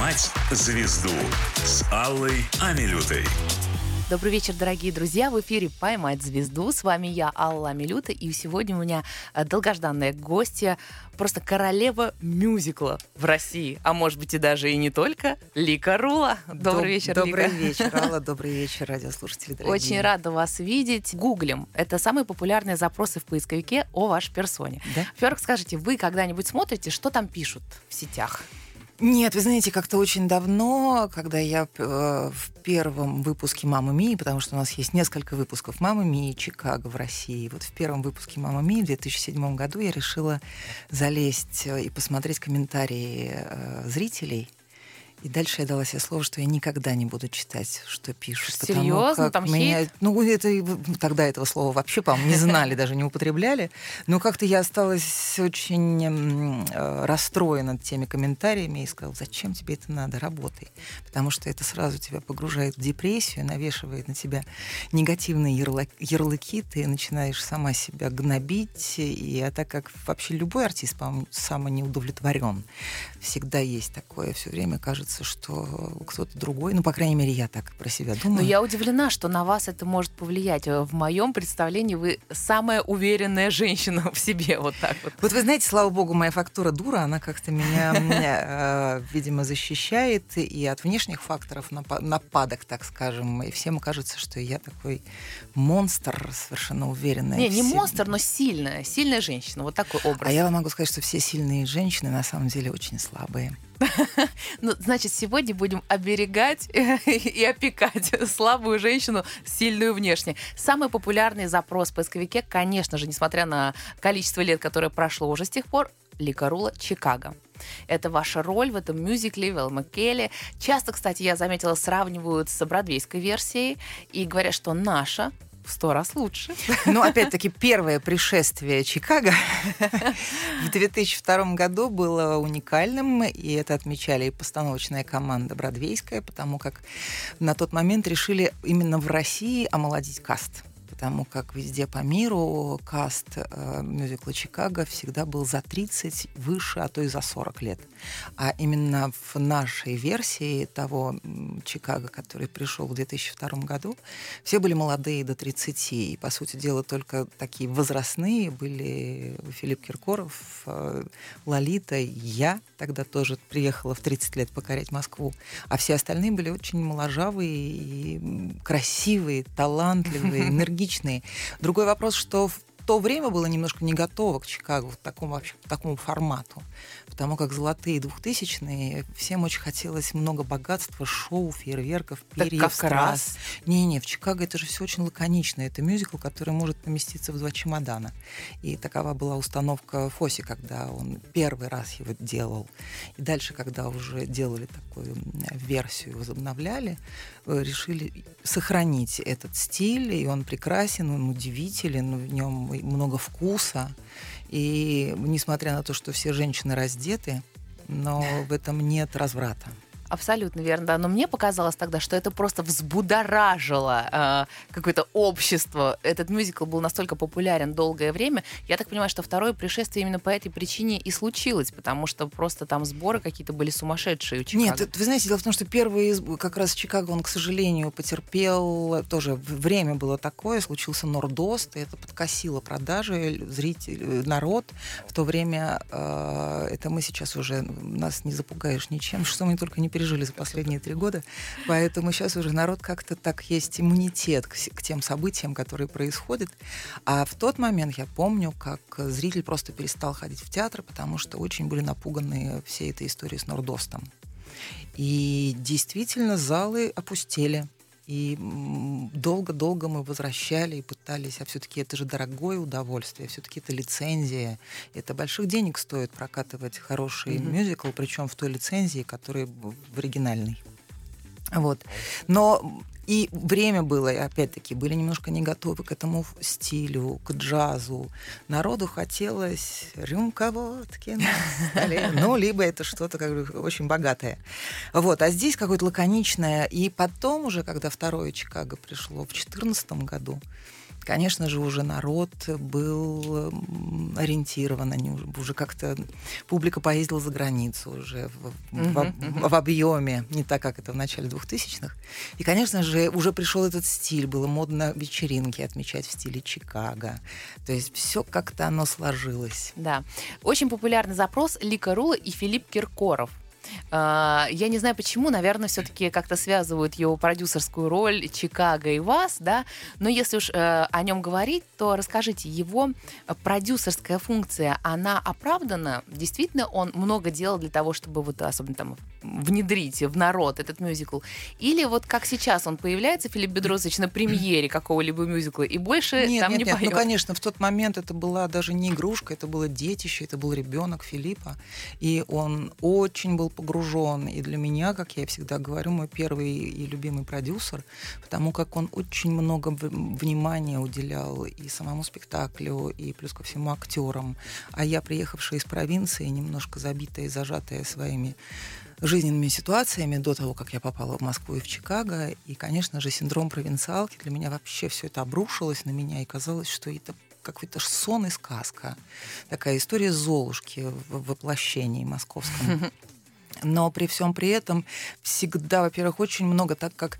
«Поймать звезду» с Аллой Амилютой. Добрый вечер, дорогие друзья. В эфире «Поймать звезду». С вами я, Алла Амилюта. И сегодня у меня долгожданная гостья, просто королева мюзикла в России. А может быть и даже и не только. Лика Рула. Добрый вечер, Лика. Добрый вечер, Алла. Добрый вечер, радиослушатели дорогие. Очень рада вас видеть. Гуглим. Это самые популярные запросы в поисковике о вашей персоне. Да? Во-первых, скажите, вы когда-нибудь смотрите, что там пишут в сетях? Нет, вы знаете, как-то очень давно, когда я в первом выпуске «Маммы Мии», потому что у нас есть несколько выпусков «Маммы Мии», «Чикаго» в России. Вот в первом выпуске «Маммы Мии» в 2007 году я решила залезть и посмотреть комментарии зрителей. И дальше я дала себе слово, что я никогда не буду читать, что пишут. Серьезно? Там хейт? Тогда этого слова вообще, по-моему, не знали, даже не употребляли. Но как-то я осталась очень расстроена теми комментариями и сказала, зачем тебе это надо, работай. Потому что это сразу тебя погружает в депрессию, навешивает на тебя негативные ярлыки, ты начинаешь сама себя гнобить. А так как вообще любой артист, по-моему, самонеудовлетворен, всегда есть такое, все время кажется, что кто-то другой, по крайней мере, я так про себя думаю. Но я удивлена, что на вас это может повлиять. В моем представлении вы самая уверенная женщина в себе, вот так вот. Вот вы знаете, слава богу, моя фактура дура, она как-то меня, видимо, защищает и от внешних факторов, нападок, так скажем. И всем кажется, что я такой монстр, совершенно уверенная. Не монстр, но сильная женщина. Вот такой образ. А я вам могу сказать, что все сильные женщины на самом деле очень слабые. Значит, сегодня будем оберегать и опекать слабую женщину, сильную внешне. Самый популярный запрос в поисковике, конечно же, несмотря на количество лет, которое прошло уже с тех пор, Лика Рула «Чикаго». Это ваша роль в этом мюзикле Велма Келли. Часто, кстати, я заметила, сравнивают с бродвейской версией и говорят, что наша в 100 раз лучше. Опять-таки, первое пришествие Чикаго в 2002 году было уникальным, и это отмечали и постановочная команда бродвейская, потому как на тот момент решили именно в России омолодить каст. Потому как везде по миру каст мюзикла «Чикаго» всегда был за 30, выше, а то и за 40 лет. А именно в нашей версии того «Чикаго», который пришел в 2002 году, все были молодые до 30. И, по сути дела, только такие возрастные были Филипп Киркоров, Лолита, я тогда тоже приехала в 30 лет покорять Москву. А все остальные были очень моложавые, и красивые, талантливые, энергичные. Другой вопрос, что в то время было немножко не готово к Чикаго, к такому формату. Потому как золотые 2000-е, всем очень хотелось много богатства, шоу, фейерверков, перьев, страз. Не, в Чикаго это же все очень лаконично. Это мюзикл, который может поместиться в 2 чемодана. И такова была установка Фоси, когда он первый раз его делал. И дальше, когда уже делали такую версию, возобновляли, решили сохранить этот стиль, и он прекрасен, он удивителен, в нем много вкуса. И несмотря на то, что все женщины раздеты, но в этом нет разврата. Абсолютно верно, да. Но мне показалось тогда, что это просто взбудоражило какое-то общество. Этот мюзикл был настолько популярен долгое время. Я так понимаю, что второе пришествие именно по этой причине и случилось, потому что просто там сборы какие-то были сумасшедшие у Чикаго. Нет, вы знаете, дело в том, что первый как раз Чикаго, он, к сожалению, потерпел, тоже время было такое, случился Нордост, и это подкосило продажи, народ. В то время это мы сейчас уже, нас не запугаешь ничем, что мы только не пережили за последние 3 года, поэтому сейчас уже народ как-то так есть иммунитет к тем событиям, которые происходят. А в тот момент я помню, как зритель просто перестал ходить в театр, потому что очень были напуганы всей этой историей с Нордостом. И действительно залы опустели. И долго-долго мы возвращали и пытались, а все-таки это же дорогое удовольствие, все-таки это лицензия, это больших денег стоит прокатывать хороший мюзикл, причем в той лицензии, которая в оригинальной. Вот. Но и время было, и опять-таки, были немножко не готовы к этому стилю, к джазу. Народу хотелось рюмка водки на столе. Либо это что-то как бы очень богатое. Вот. А здесь какое-то лаконичное. И потом уже, когда второе Чикаго пришло в 2014 году, конечно же, уже народ был ориентирован, уже как-то публика поездила за границу уже в объеме, не так, как это в начале 2000-х. И, конечно же, уже пришел этот стиль, было модно вечеринки отмечать в стиле Чикаго. То есть все как-то оно сложилось. Да. Очень популярный запрос Лика Рула и Филипп Киркоров. Я не знаю почему, наверное, все-таки как-то связывают его продюсерскую роль Чикаго и вас, да, но если уж о нем говорить, то расскажите, его продюсерская функция, она оправдана? Действительно, он много делал для того, чтобы вот особенно там внедрить в народ этот мюзикл? Или вот как сейчас он появляется, Филипп Бедросович, на премьере какого-либо мюзикла и больше нет, там нет, не нет. поет? Ну, конечно, в тот момент это была даже не игрушка, это было детище, это был ребенок Филиппа, и он очень был погружен. И для меня, как я всегда говорю, мой первый и любимый продюсер, потому как он очень много внимания уделял и самому спектаклю, и плюс ко всему актерам. А я, приехавшая из провинции, немножко забитая и зажатая своими жизненными ситуациями до того, как я попала в Москву и в Чикаго. И, конечно же, синдром провинциалки. Для меня вообще все это обрушилось на меня, и казалось, что это какой-то сон и сказка. Такая история Золушки в воплощении московском. Но при всем при этом всегда, во-первых, очень много, так как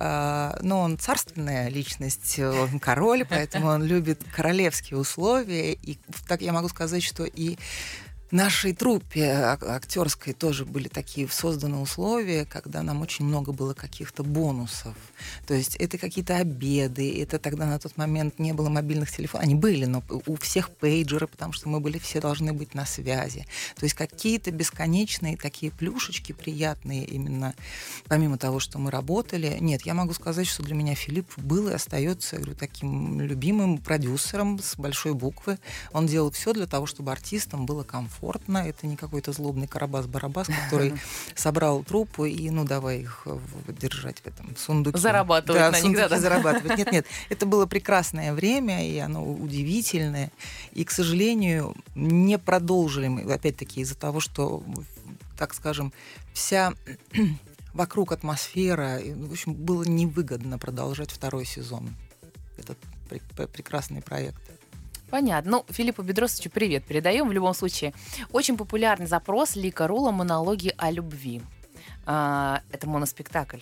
он царственная личность, он король, поэтому он любит королевские условия. И так я могу сказать, что и нашей труппе актерской тоже были такие созданы условия, когда нам очень много было каких-то бонусов. То есть это какие-то обеды, это тогда на тот момент не было мобильных телефонов. Они были, но у всех пейджеры, потому что мы были все должны быть на связи. То есть какие-то бесконечные такие плюшечки приятные именно, помимо того, что мы работали. Нет, я могу сказать, что для меня Филипп был и остается, я говорю, таким любимым продюсером с большой буквы. Он делал все для того, чтобы артистам было комфортно. Это не какой-то злобный Карабас-Барабас, который собрал труппу и, давай их держать в этом сундуке. Зарабатывать на них, да? Зарабатывать. Нет, это было прекрасное время, и оно удивительное. И, к сожалению, не продолжили мы, опять-таки, из-за того, что, так скажем, вся вокруг атмосфера, в общем, было невыгодно продолжать второй сезон. Этот прекрасный проект. Понятно. Филиппу Бедросовичу привет передаем в любом случае. Очень популярный запрос Лика Рула «Монологи о любви». Это моноспектакль.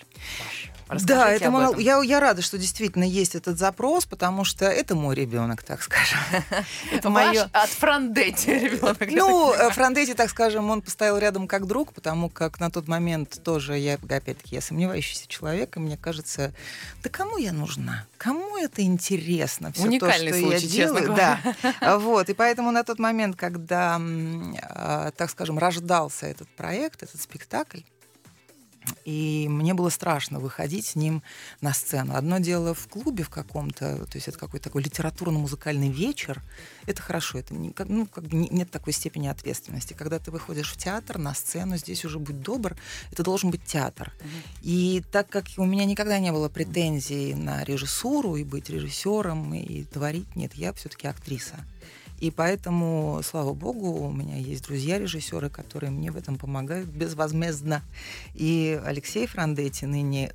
Да, это я рада, что действительно есть этот запрос, потому что это мой ребенок, так скажем. Это мое от Франдетти ребенок. Франдетти, так скажем, он постоял рядом как друг, потому как на тот момент тоже я сомневающийся человек, и мне кажется, да кому я нужна? Кому это интересно? Все уникальный то, что случай, я честно делаю, говоря. да. Вот, и поэтому на тот момент, когда, так скажем, рождался этот проект, этот спектакль, и мне было страшно выходить с ним на сцену. Одно дело в клубе в каком-то, то есть это какой-то такой литературно-музыкальный вечер, это хорошо, это нет такой степени ответственности. Когда ты выходишь в театр, на сцену, здесь уже будь добр, это должен быть театр. И так как у меня никогда не было претензий на режиссуру, и быть режиссером, и творить, нет, я все-таки актриса. И поэтому, слава богу, у меня есть друзья-режиссеры, которые мне в этом помогают безвозмездно. И Алексей Франдетти, ныне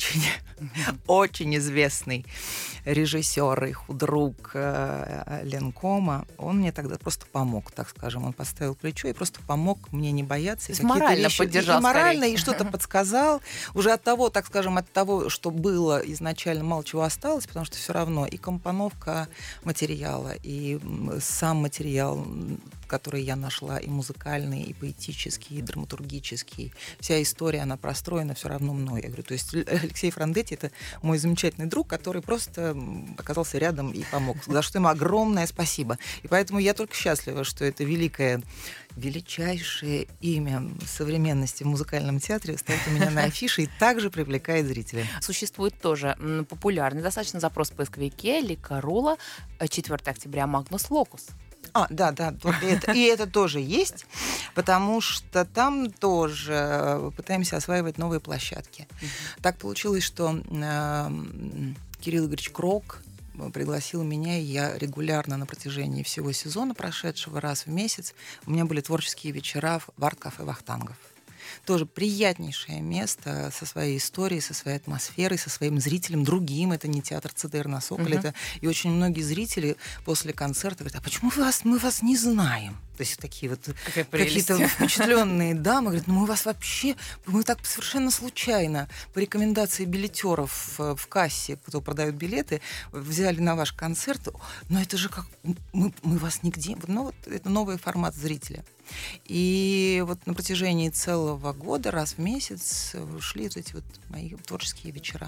очень известный режиссер и худрук Ленкома, он мне тогда просто помог, так скажем. Он поставил плечо и просто помог мне не бояться. То есть морально поддержал. И морально, и что-то подсказал. Уже от того, так скажем, от того, что было изначально, мало чего осталось, потому что все равно и компоновка материала, и сам материал, который я нашла, и музыкальный, и поэтический, и драматургический. Вся история, она простроена все равно мной. Я говорю, то есть Алексей Франдетти — это мой замечательный друг, который просто оказался рядом и помог. За что ему огромное спасибо. И поэтому я только счастлива, что это величайшее имя современности в музыкальном театре стоит у меня на афише и также привлекает зрителей. Существует тоже популярный достаточно запрос в поисковике Лика Рула 4 октября Магнус Локус. Да, и это тоже есть, потому что там тоже пытаемся осваивать новые площадки. Так получилось, что Кирилл Игоревич Крок пригласил меня, и я регулярно на протяжении всего сезона прошедшего раз в месяц, у меня были творческие вечера в арт-кафе «Вахтангов». Тоже приятнейшее место со своей историей, со своей атмосферой, со своим зрителем другим. Это не театр ЦДР на Соколе. Это... И очень многие зрители после концерта говорят: а почему мы вас не знаем? То есть такие вот какие-то впечатленные дамы говорят: ну мы так совершенно случайно по рекомендации билетеров в кассе, кто продает билеты, взяли на ваш концерт. Но это же как... Мы вас нигде... Ну вот это новый формат зрителя. И вот на протяжении целого года раз в месяц шли вот эти вот мои творческие вечера.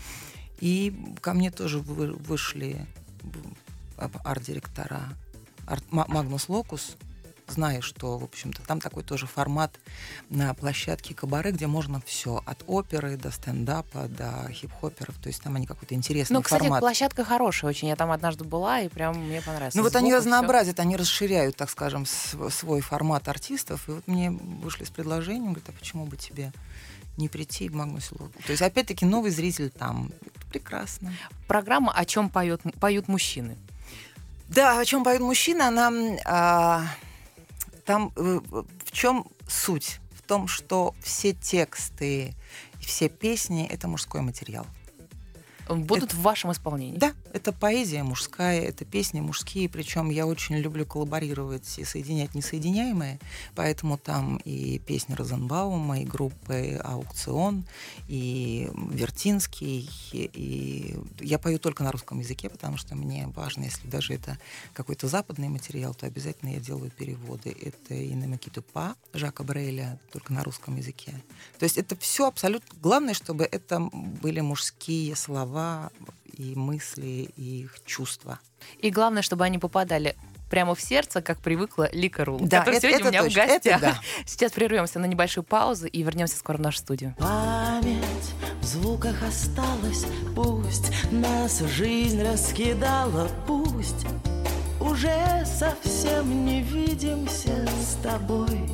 И ко мне тоже вышли арт-директора Магнус Локус, зная, что, в общем-то, там такой тоже формат на площадке кабаре, где можно все от оперы до стендапа, до хип-хоперов. То есть там они какой-то интересный формат. Ну, кстати, площадка хорошая очень. Я там однажды была, и прям мне понравилось. Ну, вот они разнообразят, они расширяют, так скажем, свой формат артистов. И вот мне вышли с предложением, говорят: а почему бы тебе не прийти в Магнус Локус? То есть, опять-таки, новый зритель там. Это прекрасно. Программа «О чем поют мужчины». Да, «О чем поют мужчины», она... Там в чем суть? В том, что все тексты и все песни — это мужской материал. Будут в вашем исполнении? Да, это поэзия мужская, это песни мужские, причем я очень люблю коллаборировать и соединять несоединяемое, поэтому там и песни Розенбаума, и группы «Аукцион», и Вертинский, и я пою только на русском языке, потому что мне важно, если даже это какой-то западный материал, то обязательно я делаю переводы. Это и на Макиту Па Жака Бреля, только на русском языке. То есть это все абсолютно... Главное, чтобы это были мужские слова, и мысли, и их чувства. И главное, чтобы они попадали прямо в сердце, как привыкла Лика Рул, да, которая сегодня у меня точно, в гостях. да. Сейчас прервемся на небольшую паузу и вернемся скоро в нашу студию. Память в звуках осталась, пусть нас жизнь раскидала, пусть уже совсем не видимся с тобой.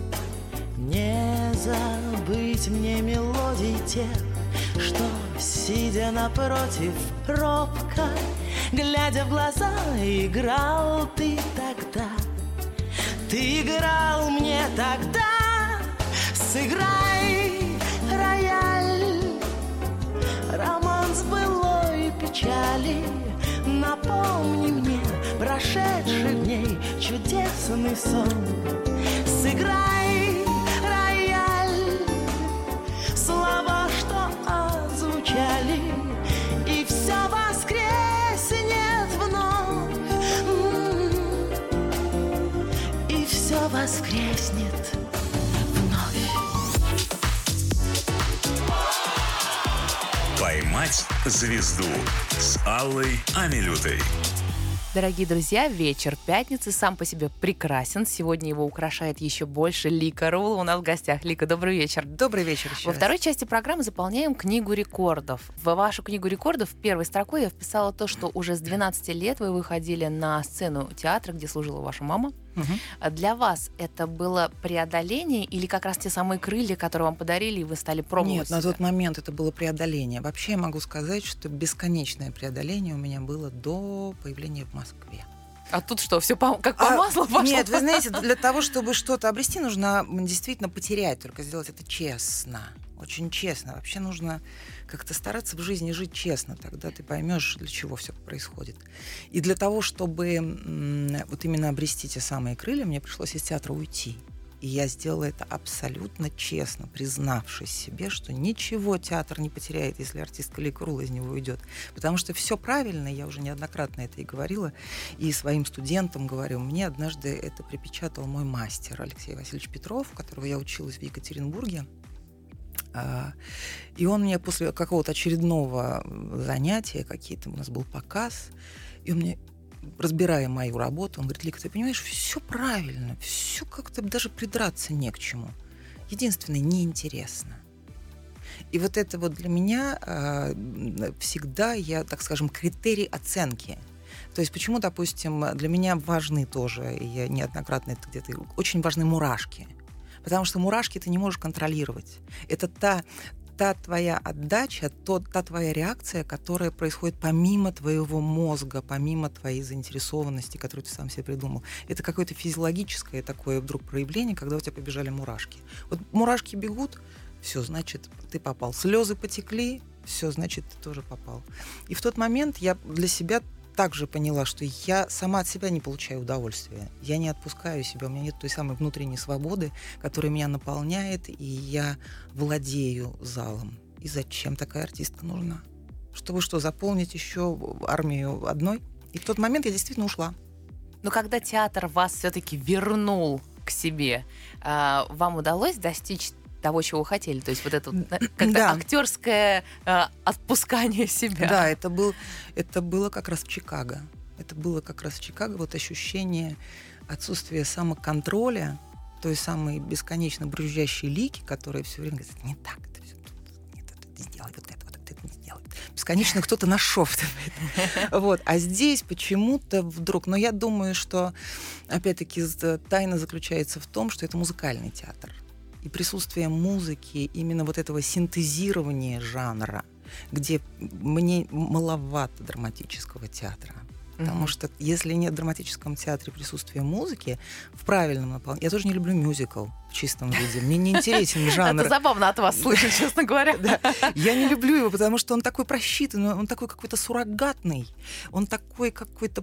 Не забыть мне мелодий тех, что, сидя напротив, робко, глядя в глаза, играл ты тогда. Ты играл мне тогда. Сыграй, рояль, романс былой печали. Напомни мне прошедший в ней чудесный сон. Сыграй, рояль, слова, что озвучали, и все воскреснет вновь, и все воскреснет вновь. «Поймать звезду» с Аллой Амилютой. Дорогие друзья, вечер пятницы сам по себе прекрасен. Сегодня его украшает еще больше Лика Рул. У нас в гостях. Лика, добрый вечер. Добрый вечер еще Во раз. второй части программы заполняем книгу рекордов. В вашу книгу рекордов первой строкой я вписала то, что уже с 12 лет вы выходили на сцену театра, где служила ваша мама. Угу. Для вас это было преодоление или как раз те самые крылья, которые вам подарили, и вы стали пробовать? Нет, на тот момент это было преодоление. Вообще я могу сказать, что бесконечное преодоление у меня было до появления в Москве. А тут что, все как по маслу пошло? Нет, вы знаете, для того, чтобы что-то обрести, нужно действительно потерять, только сделать это честно. Очень честно. Вообще нужно как-то стараться в жизни жить честно, тогда ты поймешь, для чего все происходит. И для того, чтобы вот именно обрести те самые крылья, мне пришлось из театра уйти. И я сделала это абсолютно честно, признавшись себе, что ничего театр не потеряет, если артистка Лика Рул из него уйдет. Потому что все правильно, я уже неоднократно это и говорила, и своим студентам говорю. Мне однажды это припечатал мой мастер Алексей Васильевич Петров, у которого я училась в Екатеринбурге. И он мне после какого-то очередного занятия, у нас был показ, и он мне, разбирая мою работу, он говорит: Лика, ты понимаешь, все правильно, все как-то даже придраться не к чему. Единственное, неинтересно. И вот это вот для меня всегда, так скажем, критерий оценки. То есть почему, допустим, для меня важны тоже, и я неоднократно это где-то, очень важны мурашки. Потому что мурашки ты не можешь контролировать. Это та твоя отдача, та твоя реакция, которая происходит помимо твоего мозга, помимо твоей заинтересованности, которую ты сам себе придумал. Это какое-то физиологическое такое вдруг проявление, когда у тебя побежали мурашки. Вот мурашки бегут, все, значит, ты попал. Слезы потекли, все, значит, ты тоже попал. И в тот момент я для себя также поняла, что я сама от себя не получаю удовольствия. Я не отпускаю себя, у меня нет той самой внутренней свободы, которая меня наполняет, и я владею залом. И зачем такая артистка нужна? Чтобы что, заполнить еще армию одной? И в тот момент я действительно ушла. Но когда театр вас все-таки вернул к себе, вам удалось достичь того, чего вы хотели? То есть вот это как-то актерское отпускание себя. Да, это было как раз в Чикаго. Это было как раз в Чикаго вот ощущение отсутствия самоконтроля, той самой бесконечно брюзжащей Лики, которая все время говорит, не так, это все тут, нет, это сделай, вот это не сделай. Бесконечно кто-то нашептывает. Вот. А здесь почему-то вдруг, но я думаю, что опять-таки тайна заключается в том, что это музыкальный театр. И присутствие музыки, именно вот этого синтезирования жанра, где мне маловато драматического театра. Потому что если нет в драматическом театре присутствия музыки в правильном наполнении... Я тоже не люблю мюзикл в чистом виде. Мне не интересен жанр. Это забавно от вас слышать, честно говоря. Да. Я не люблю его, потому что он такой просчитанный, он такой какой-то суррогатный, он такой какой-то...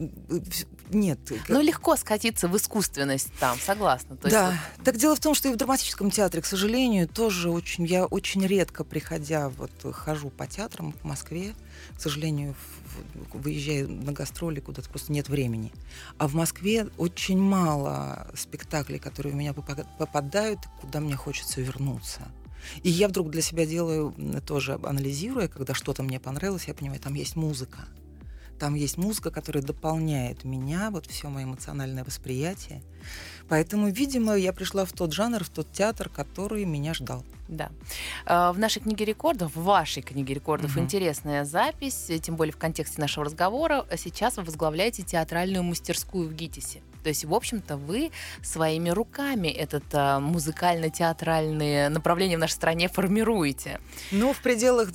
Нет. Ну, легко скатиться в искусственность там, согласна. То да. есть Так дело в том, что и в драматическом театре, к сожалению, тоже я очень редко, приходя, хожу по театрам в Москве, к сожалению, выезжаю на гастроли, куда-то просто нет времени. А в Москве очень мало спектаклей, которые в меня попадают, куда мне хочется вернуться. И я вдруг для себя делаю, тоже анализируя, когда что-то мне понравилось, я понимаю, там есть музыка. Там есть музыка, которая дополняет меня, все мое эмоциональное восприятие. Поэтому, видимо, я пришла в тот жанр, в тот театр, который меня ждал. Да. В нашей книге рекордов, в вашей книге рекордов интересная запись, тем более в контексте нашего разговора. Сейчас вы возглавляете театральную мастерскую в ГИТИСе. То есть, в общем-то, вы своими руками этот музыкально-театральное направление в нашей стране формируете. Ну, в пределах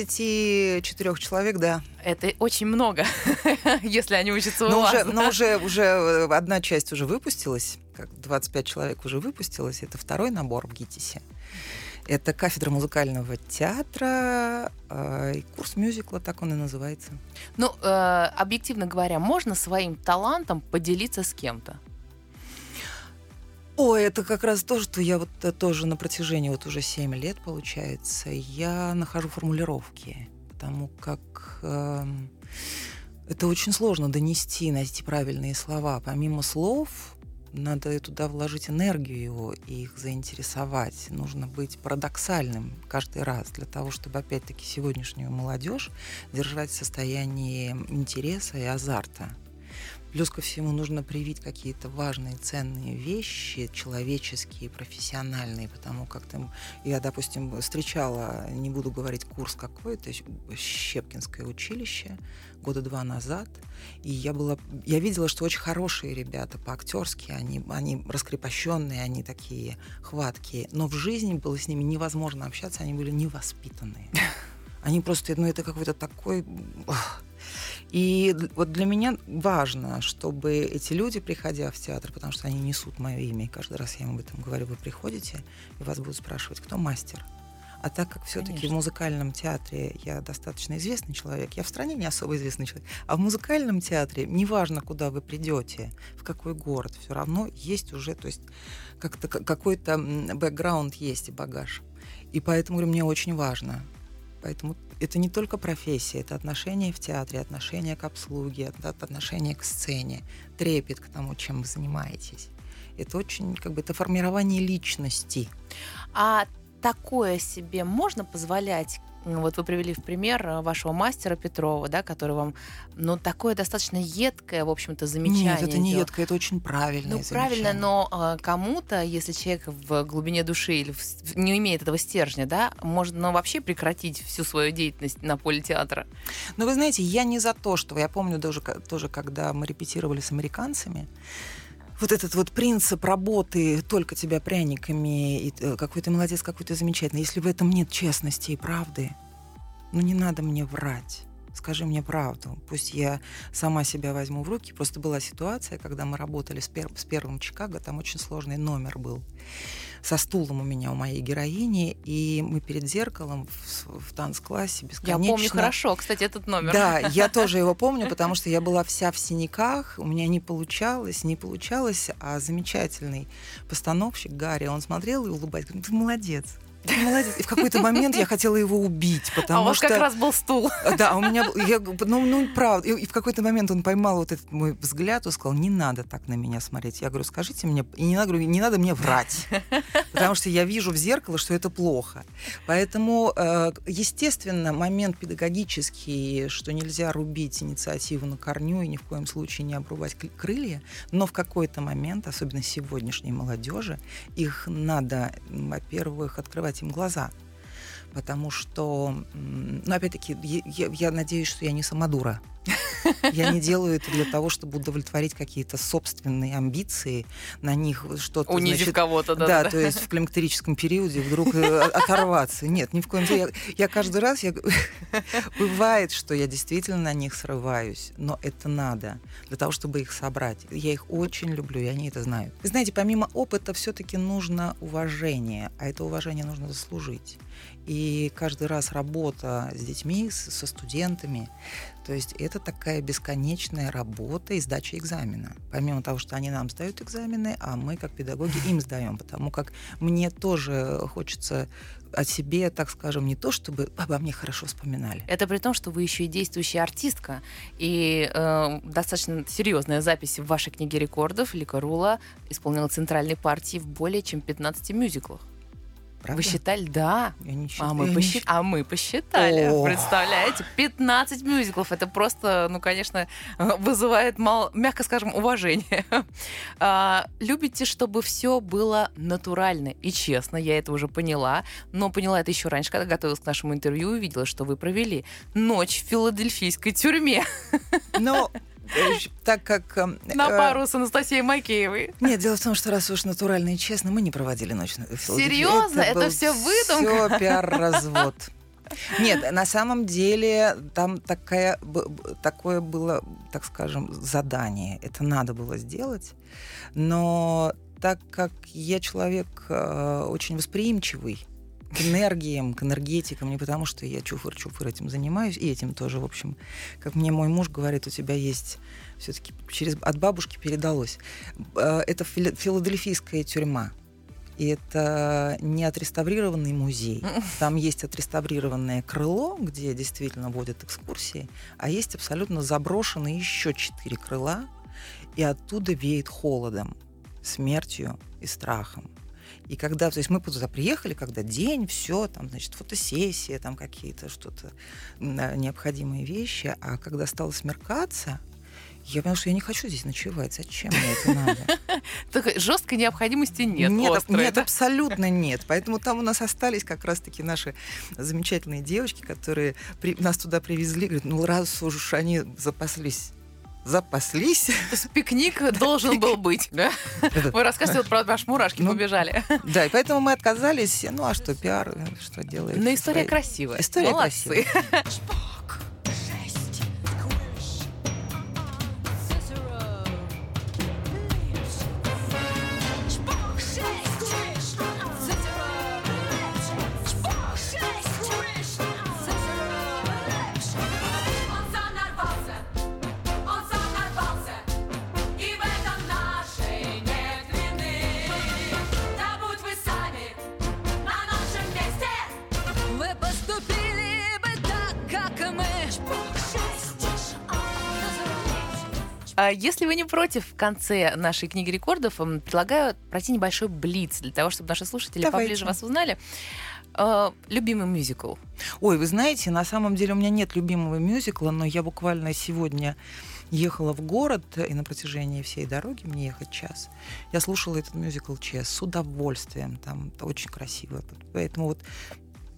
24 человек, да. Это очень много, если они учатся у вас. Но уже одна часть уже выпустилась, 25 человек уже выпустилось. Это второй набор в ГИТИСе. Это кафедра музыкального театра, и курс мюзикла, так он и называется. Ну, объективно говоря, можно своим талантом поделиться с кем-то? Ой, это как раз то, что я тоже на протяжении уже 7 лет, получается, я нахожу формулировки, потому как это очень сложно донести, найти правильные слова. Помимо слов, надо туда вложить энергию и их заинтересовать. Нужно быть парадоксальным каждый раз для того, чтобы, опять-таки, сегодняшнюю молодежь держать в состоянии интереса и азарта. Плюс ко всему нужно привить какие-то важные, ценные вещи, человеческие, профессиональные, потому как я, допустим, встречала, не буду говорить курс какой-то, Щепкинское училище, 2 года назад, и я видела, что очень хорошие ребята по-актерски, они раскрепощенные, они такие хваткие, но в жизни было с ними невозможно общаться, они были невоспитанные. Они просто, это какой-то такой... И вот для меня важно, чтобы эти люди, приходя в театр, потому что они несут мое имя, и каждый раз я им об этом говорю, вы приходите, и вас будут спрашивать, кто мастер. А так как все-таки в музыкальном театре я достаточно известный человек, я в стране не особо известный человек, а в музыкальном театре, неважно, куда вы придете, в какой город, все равно есть уже, то есть как-то какой-то бэкграунд есть и багаж. И поэтому, говорю, мне очень важно. Поэтому это не только профессия, это отношение в театре, отношение к обслуге, отношение к сцене, трепет к тому, чем вы занимаетесь. Это очень, это формирование личности. А такое себе можно позволять? Вот вы привели в пример вашего мастера Петрова, да, который вам, такое достаточно едкое, в общем-то, замечание. Нет, это не едкое, это очень правильное замечание. Правильно, но кому-то, если человек в глубине души или не имеет этого стержня, да, можно вообще прекратить всю свою деятельность на поле театра. Но вы знаете, я не за то, что... Я помню тоже, когда мы репетировали с американцами, вот этот вот принцип работы только тебя пряниками, и какой ты молодец, какой ты замечательный. Если в этом нет честности и правды, ну не надо мне врать. Скажи мне правду. Пусть я сама себя возьму в руки. Просто была ситуация, когда мы работали с первым Чикаго, там очень сложный номер был. Со стулом у меня, у моей героини, и мы перед зеркалом в танцклассе бесконечно... Я помню хорошо, кстати, этот номер. Да, я тоже его помню, потому что я была вся в синяках, у меня не получалось, а замечательный постановщик Гарри, он смотрел и улыбался, говорит, ты молодец. Молодец. И в какой-то момент я хотела его убить, потому что... А у вас что... как раз был стул. Да, у меня... правда. И в какой-то момент он поймал вот этот мой взгляд и сказал, не надо так на меня смотреть. Я говорю, скажите мне... И не надо мне врать. Потому что я вижу в зеркало, что это плохо. Поэтому, естественно, момент педагогический, что нельзя рубить инициативу на корню и ни в коем случае не обрубать крылья, но в какой-то момент, особенно сегодняшней молодежи, их надо, во-первых, открывать им глаза. Потому что, опять-таки, я надеюсь, что я не самодура. Я не делаю это для того, чтобы удовлетворить какие-то собственные амбиции, на них что-то... Унизив кого-то, да. Да, то есть в климактерическом периоде вдруг оторваться. Нет, ни в коем случае. Я каждый раз... Бывает, что я действительно на них срываюсь, но это надо для того, чтобы их собрать. Я их очень люблю, и они это знают. Вы знаете, помимо опыта все-таки нужно уважение, а это уважение нужно заслужить. И каждый раз работа с детьми, со студентами, то есть это такая бесконечная работа и сдача экзамена. Помимо того, что они нам сдают экзамены, а мы, как педагоги, им сдаем. Потому как мне тоже хочется о себе, так скажем, не то, чтобы обо мне хорошо вспоминали. Это при том, что вы еще и действующая артистка. И достаточно серьезная запись в вашей книге рекордов. Лика Рула исполнила центральные партии в более чем 15 мюзиклах. Правда? Вы считали? Да. Я не считаю. Мы посчитали. О. Представляете? 15 мюзиклов. Это просто, конечно, вызывает, мягко скажем, уважение. Любите, чтобы все было натурально и честно. Я это уже поняла. Но поняла это еще раньше, когда готовилась к нашему интервью, увидела, что вы провели ночь в филадельфийской тюрьме. Но... Так как... На пару с Анастасией Макеевой. Нет, дело в том, что раз уж натурально и честно, мы не проводили ночь в Филадельфии. Серьезно? Это все выдумка? Все пиар-развод. Нет, на самом деле там такое было, так скажем, задание. Это надо было сделать. Но так как я человек очень восприимчивый, к энергиям, к энергетикам, не потому что я чуфыр этим занимаюсь, и этим тоже, в общем, как мне мой муж говорит, у тебя есть все-таки от бабушки передалось. Это филадельфийская тюрьма. И это не отреставрированный музей. Там есть отреставрированное крыло, где действительно водят экскурсии, а есть абсолютно заброшенные еще 4 крыла, и оттуда веет холодом, смертью и страхом. И когда, то есть мы туда приехали, когда день, все, там, значит, фотосессия, там какие-то что-то, необходимые вещи, а когда стало смеркаться, я поняла, что я не хочу здесь ночевать. Зачем мне это надо? Такой жесткой необходимости нет. Нет, абсолютно нет. Поэтому там у нас остались как раз-таки наши замечательные девочки, которые нас туда привезли. Говорят, ну раз уж они запаслись. То есть пикник должен был быть. Да? Вы рассказываете, про аж мурашки побежали. Да, и поэтому мы отказались. Ну а что, пиар, что делать? Но история красивая. История красивая. Если вы не против, в конце нашей книги рекордов предлагаю пройти небольшой блиц для того, чтобы наши слушатели поближе вас узнали. Любимый мюзикл? Ой, вы знаете, на самом деле у меня нет любимого мюзикла, но я буквально сегодня ехала в город, и на протяжении всей дороги, мне ехать час, я слушала этот мюзикл с удовольствием. Там очень красиво. Поэтому вот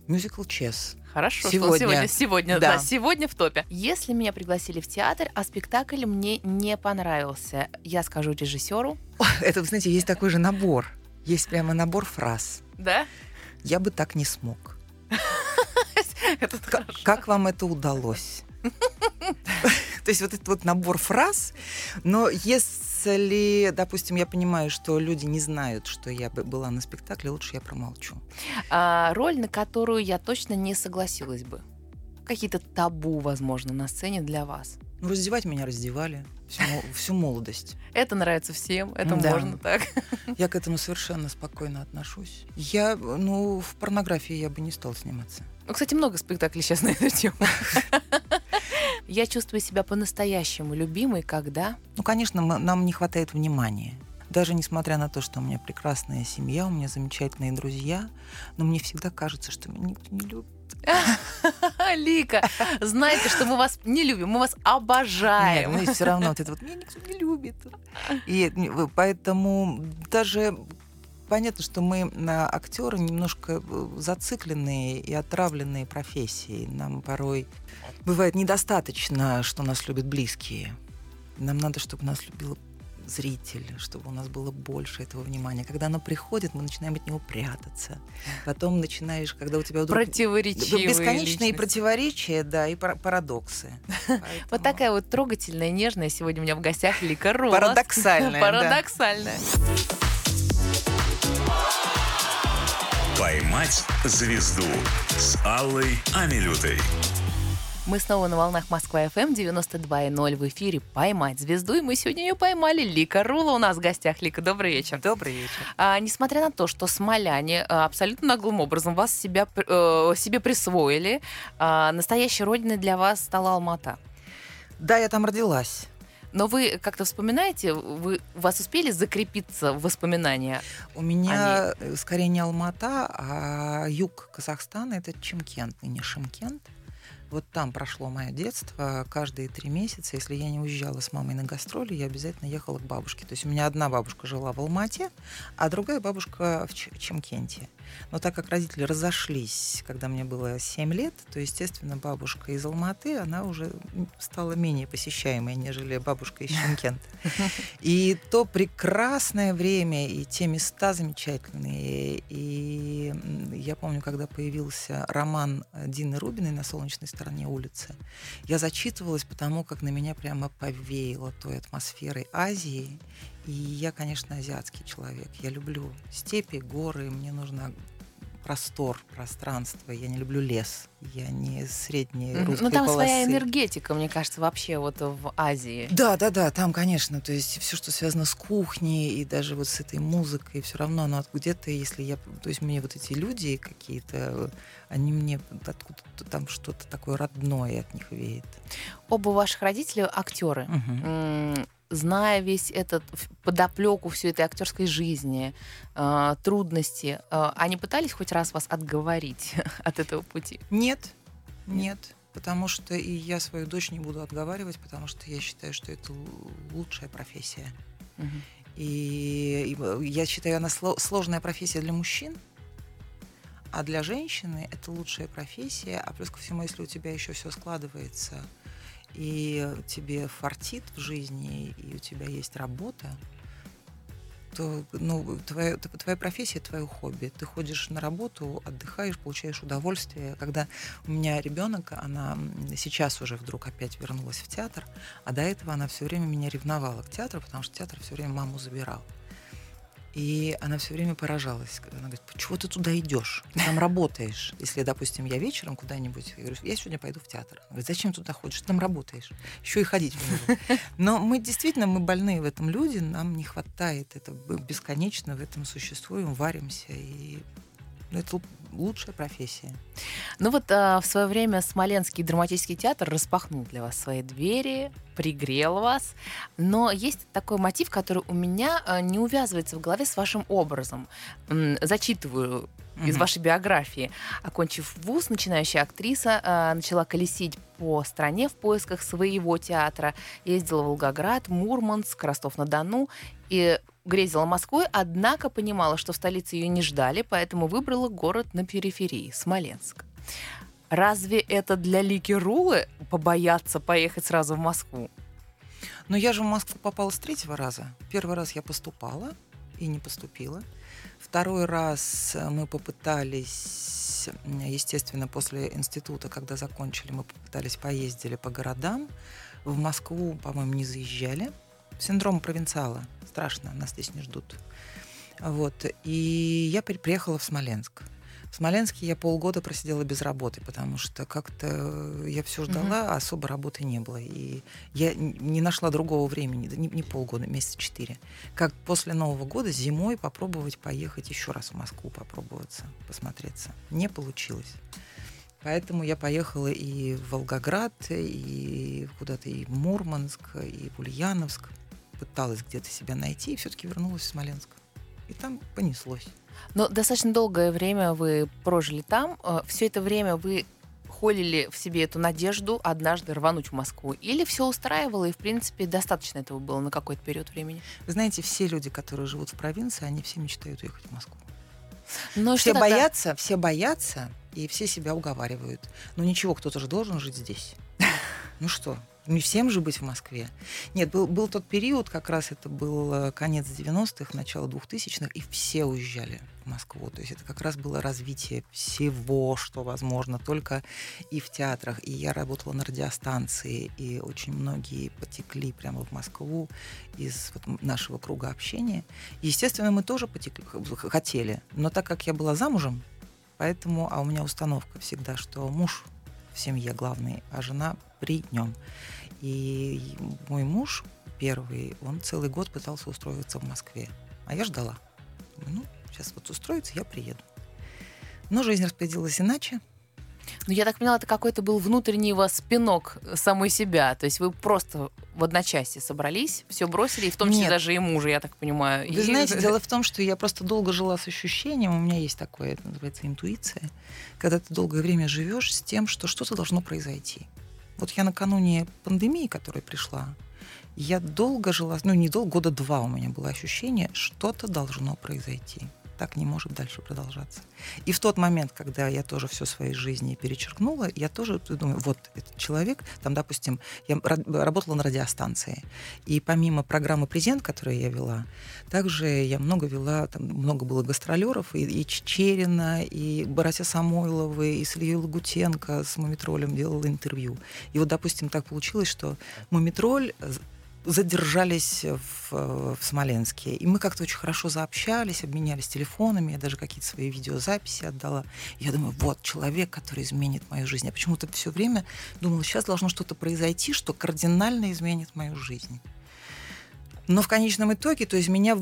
Мюзикл «Чес». Хорошо, Сегодня. что сегодня, Да. да, сегодня в топе. Если меня пригласили в театр, а спектакль мне не понравился, я скажу режиссеру. Это, вы знаете, есть такой же набор. Есть прямо набор фраз. Да? Я бы так не смог. Это хорошо. Как вам это удалось? То есть вот этот вот набор фраз, но если, допустим, я понимаю, что люди не знают, что я была на спектакле, лучше я промолчу. Роль, на которую я точно не согласилась бы. Какие-то табу, возможно, на сцене для вас. Ну, раздевать меня раздевали всю молодость. Это нравится всем, это Да. можно так. Я к этому совершенно спокойно отношусь. В порнографии я бы не стала сниматься. Ну, кстати, много спектаклей сейчас на эту тему. Я чувствую себя по-настоящему любимой, когда... Ну, конечно, нам не хватает внимания. Даже несмотря на то, что у меня прекрасная семья, у меня замечательные друзья, но мне всегда кажется, что меня никто не любит. Лика, знаете, что мы вас не любим, мы вас обожаем. Нет, все равно вот это вот меня никто не любит. И поэтому даже понятно, что мы актеры немножко зацикленные и отравленные профессией. Нам порой бывает недостаточно, что нас любят близкие. Нам надо, чтобы нас любил зритель, чтобы у нас было больше этого внимания. Когда оно приходит, мы начинаем от него прятаться. Потом начинаешь, когда у тебя вдруг... Противоречивые Бесконечные личности. противоречия, да, и парадоксы. Вот такая вот трогательная, нежная. Сегодня у меня в гостях Лика Ролас. Парадоксальная, да. Парадоксальная. «Поймать звезду» с Аллой Амилютой. Мы снова на волнах Москва-ФМ 92.0 в эфире «Поймать звезду», и мы сегодня ее поймали. Лика Рула у нас в гостях. Лика, добрый вечер. Добрый вечер. Несмотря на то, что смоляне абсолютно наглым образом вас себе присвоили, настоящей родиной для вас стала Алма-Ата. Да, я там родилась. Но вы как-то вспоминаете, у вас успели закрепиться воспоминания? У меня скорее не Алма-Ата, а юг Казахстана, это Чимкент, ныне Шымкент. Вот там прошло мое детство. Каждые 3 месяца, если я не уезжала с мамой на гастроли, я обязательно ехала к бабушке. То есть у меня одна бабушка жила в Алма-Ате, а другая бабушка в Чимкенте. Но так как родители разошлись, когда мне было 7 лет, то, естественно, бабушка из Алма-Аты, она уже стала менее посещаемой, нежели бабушка из Чимкента. И то прекрасное время, и те места замечательные. И я помню, когда появился роман Дины Рубиной «На солнечной стороне улицы», я зачитывалась потому, как на меня прямо повеяло той атмосферой Азии. И я, конечно, азиатский человек. Я люблю степи, горы, мне нужно простор, пространство. Я не люблю лес. Я не средней русской Ну, там полосы. своя энергетика, мне кажется, вообще вот в Азии. Да, там, конечно, то есть все, что связано с кухней и даже вот с этой музыкой, все равно оно где-то, если я, то есть мне вот эти люди какие-то, они мне откуда-то там что-то такое родное от них веет. Оба ваших родителя актеры. Зная весь этот подоплеку всей этой актерской жизни, трудности, они пытались хоть раз вас отговорить от этого пути? Нет, потому что и я свою дочь не буду отговаривать, потому что я считаю, что это лучшая профессия. И я считаю, она сложная профессия для мужчин, а для женщины это лучшая профессия. А плюс ко всему, если у тебя еще все складывается, и тебе фартит в жизни, и у тебя есть работа, то твоя профессия — твое хобби. Ты ходишь на работу, отдыхаешь, получаешь удовольствие. Когда у меня ребенок, она сейчас уже вдруг опять вернулась в театр, а до этого она все время меня ревновала к театру, потому что театр все время маму забирал. И она все время поражалась. Она говорит: чего ты туда идешь? Ты там работаешь. Если, допустим, я вечером куда-нибудь, я говорю: я сегодня пойду в театр. Она говорит: зачем туда ходишь? Ты там работаешь. Еще и ходить в него. Но мы действительно, мы больные в этом люди, нам не хватает. Это бесконечно, в этом существуем, варимся. И это лучшая профессия. Ну вот в свое время Смоленский драматический театр распахнул для вас свои двери, пригрел вас. Но есть такой мотив, который у меня не увязывается в голове с вашим образом. Зачитываю из вашей биографии. Окончив вуз, начинающая актриса начала колесить по стране в поисках своего театра. Ездила в Волгоград, Мурманск, Ростов-на-Дону. И грезила Москвой, однако понимала, что в столице ее не ждали, поэтому выбрала город на периферии, Смоленск. Разве это для Лики Рулы побояться поехать сразу в Москву? Но я же в Москву попала с 3-го раза. Первый раз я поступала и не поступила. Второй раз мы попытались, естественно, после института, когда закончили, мы попытались, поездили по городам. В Москву, по-моему, не заезжали. Синдром провинциала. Страшно, нас здесь не ждут. Вот. И я приехала в Смоленск. В Смоленске я полгода просидела без работы, потому что как-то я все ждала, а особо работы не было. И я не нашла другого времени, не полгода, месяца 4. Как после Нового года зимой попробовать поехать еще раз в Москву, попробоваться, посмотреться. Не получилось. Поэтому я поехала и в Волгоград, и куда-то и в Мурманск, и в Ульяновск. Пыталась где-то себя найти, и все-таки вернулась в Смоленск. И там понеслось. Но достаточно долгое время вы прожили там. Все это время вы холили в себе эту надежду однажды рвануть в Москву? Или все устраивало, и, в принципе, достаточно этого было на какой-то период времени? Вы знаете, все люди, которые живут в провинции, они все мечтают уехать в Москву. Но Все боятся, и все себя уговаривают. Но ничего, кто-то же должен жить здесь. Ну что, не всем же быть в Москве. Нет, был тот период, как раз это был конец 90-х, начало 2000-х, и все уезжали в Москву. То есть это как раз было развитие всего, что возможно, только и в театрах. И я работала на радиостанции, и очень многие потекли прямо в Москву из нашего круга общения. И, естественно, мы тоже хотели. Но так как я была замужем, поэтому, а у меня установка всегда, что муж в семье главный, а жена при нем. И мой муж первый, он целый год пытался устроиться в Москве. А я ждала. Думаю, сейчас вот устроится, я приеду. Но жизнь распорядилась иначе. Ну, я так поняла, это какой-то был внутренний у вас пинок самой себя. То есть вы просто в одночасье собрались, все бросили, и в том числе Нет. даже и мужа, я так понимаю. Вы знаете, дело в том, что я просто долго жила с ощущением, у меня есть такое, это называется интуиция, когда ты долгое время живешь с тем, что что-то должно произойти. Вот я накануне пандемии, которая пришла, я долго жила, не долго, 2 года у меня было ощущение, что-то должно произойти. Так не может дальше продолжаться. И в тот момент, когда я тоже все в своей жизни перечеркнула, я тоже думаю, вот этот человек, там, допустим, я работала на радиостанции, и помимо программы «Презент», которую я вела, также я много вела, там много было гастролеров, и Чечерина, и братья Самойловы, и с Ильей Лагутенко с «Мумитролем» делала интервью. И вот, допустим, так получилось, что «Мумитроль» задержались в Смоленске. И мы как-то очень хорошо заобщались, обменялись телефонами, я даже какие-то свои видеозаписи отдала. Я думаю, вот человек, который изменит мою жизнь. Я почему-то все время думала, сейчас должно что-то произойти, что кардинально изменит мою жизнь. Но в конечном итоге, то есть меня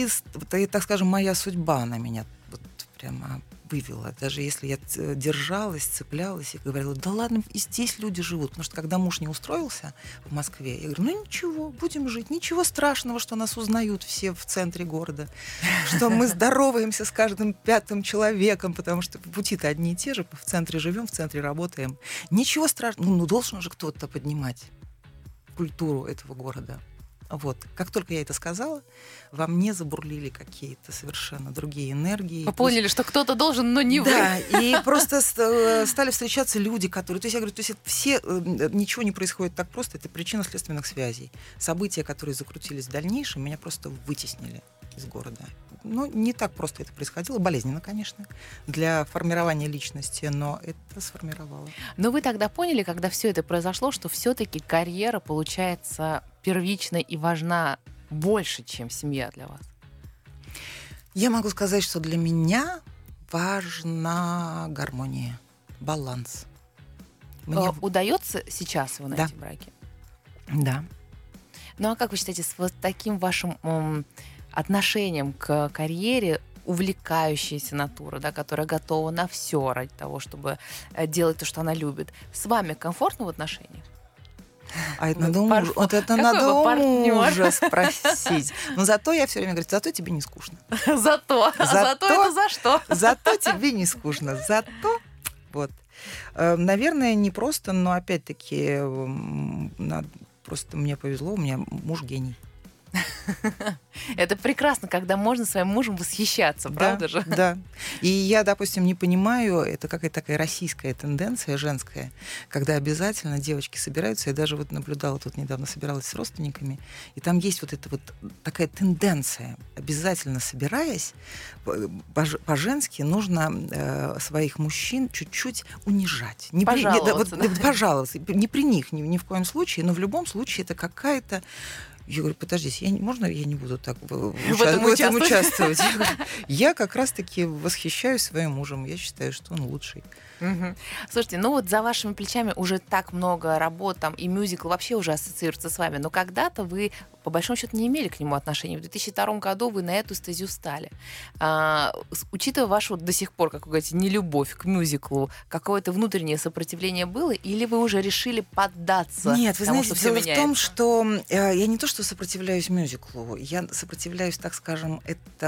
так скажем, моя судьба на меня вот прямо вывела. Даже если я держалась, цеплялась и говорила, да ладно, и здесь люди живут. Потому что когда муж не устроился в Москве, я говорю, ничего, будем жить. Ничего страшного, что нас узнают все в центре города. Что мы здороваемся с каждым 5-м человеком, потому что пути-то одни и те же. В центре живем, в центре работаем. Ничего страшного. Должен же кто-то поднимать культуру этого города. Вот. Как только я это сказала, во мне забурлили какие-то совершенно другие энергии. Вы поняли, что кто-то должен, но не вы. Да, и просто стали встречаться люди, которые... То есть я говорю, ничего не происходит так просто, это причина следственных связей. События, которые закрутились в дальнейшем, меня просто вытеснили из города. Не так просто это происходило, болезненно, конечно, для формирования личности, но это сформировало. Но вы тогда поняли, когда все это произошло, что все-таки карьера получается первична и важна больше, чем семья для вас? Я могу сказать, что для меня важна гармония, баланс. Удается сейчас его найти в браке? Да. Ну а как вы считаете, с вот таким вашим отношением к карьере, увлекающаяся натура, да, которая готова на все ради того, чтобы делать то, что она любит, с вами комфортно в отношениях? А это надо у мужа спросить. Но зато я все время говорю, зато тебе не скучно. Зато это за что? Зато тебе не скучно. Зато вот. Наверное, не просто, но опять-таки просто мне повезло, у меня муж гений. Это прекрасно, когда можно своим мужем восхищаться, правда же? Да. И я, допустим, не понимаю, это какая-то такая российская тенденция женская, когда обязательно девочки собираются. Я даже вот наблюдала, тут недавно собиралась с родственниками, и там есть вот эта вот такая тенденция. Обязательно собираясь, по-женски нужно своих мужчин чуть-чуть унижать. Пожаловаться, да? Пожаловаться. Не при них, ни в коем случае, но в любом случае это какая-то... Я говорю, подождите, можно я не буду так в этом участвовать? Я как раз-таки восхищаюсь своим мужем. Я считаю, что он лучший. Мгм. Слушайте, ну вот за вашими плечами уже так много работ, там и мюзикл вообще уже ассоциируется с вами, но когда-то вы, по большому счету, не имели к нему отношения. В 2002 году вы на эту стезю встали. Учитывая вашу до сих пор, как вы говорите, нелюбовь к мюзиклу, какое-то внутреннее сопротивление было, или вы уже решили поддаться? Нет, вы тому, знаете, что дело всё в том, меняется? что я не то, что сопротивляюсь мюзиклу, я сопротивляюсь, так скажем,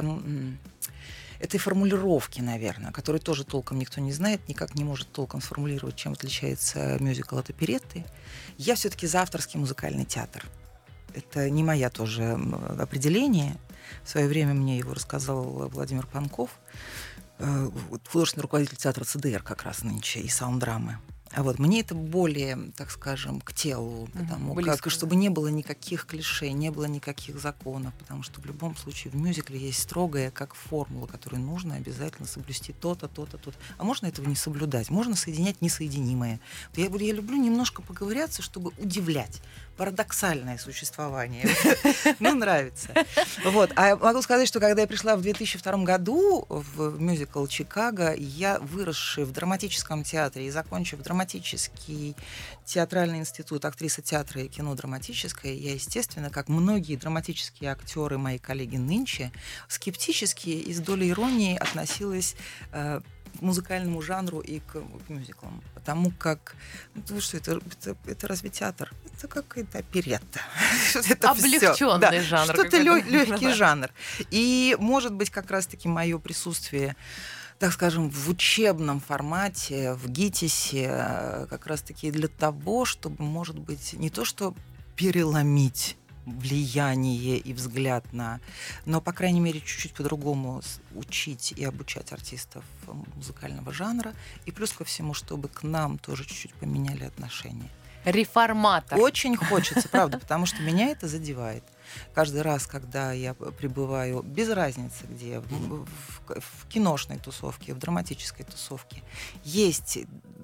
этой формулировки, наверное, которую тоже толком никто не знает, никак не может толком сформулировать, чем отличается мюзикл от оперетты. Я все-таки за авторский музыкальный театр. Это не моя тоже определение. В свое время мне его рассказал Владимир Панков, художественный руководитель театра ЦДР как раз нынче и саунд-драмы. А вот мне это более, так скажем, к телу, потому как, чтобы не было никаких клише, не было никаких законов, потому что в любом случае в мюзикле есть строгая как формула, которую нужно обязательно соблюсти то-то, то-то, то-то. А можно этого не соблюдать, можно соединять несоединимое. Я люблю немножко поковыряться, чтобы удивлять. Парадоксальное существование. Ну, нравится. Вот. А могу сказать, что когда я пришла в 2002 году в мюзикл «Чикаго», я, выросшая в драматическом театре и закончив драматический театральный институт, актриса театра и кино драматическое, я, естественно, как многие драматические актеры, мои коллеги нынче, скептически и с долей иронии относилась к музыкальному жанру и к мюзиклам. Потому как, ну что, это разве театр? Это какая-то оперетта. Облегченный жанр. Что-то легкий жанр. И, может быть, как раз-таки мое присутствие, так скажем, в учебном формате, в ГИТИСе, как раз-таки для того, чтобы, может быть, не то что переломить влияние и взгляд на... Но, по крайней мере, чуть-чуть по-другому учить и обучать артистов музыкального жанра. И плюс ко всему, чтобы к нам тоже чуть-чуть поменяли отношения. Реформатор. Очень хочется, правда, потому что меня это задевает. Каждый раз, когда я пребываю, без разницы где, в киношной тусовке, в драматической тусовке, есть...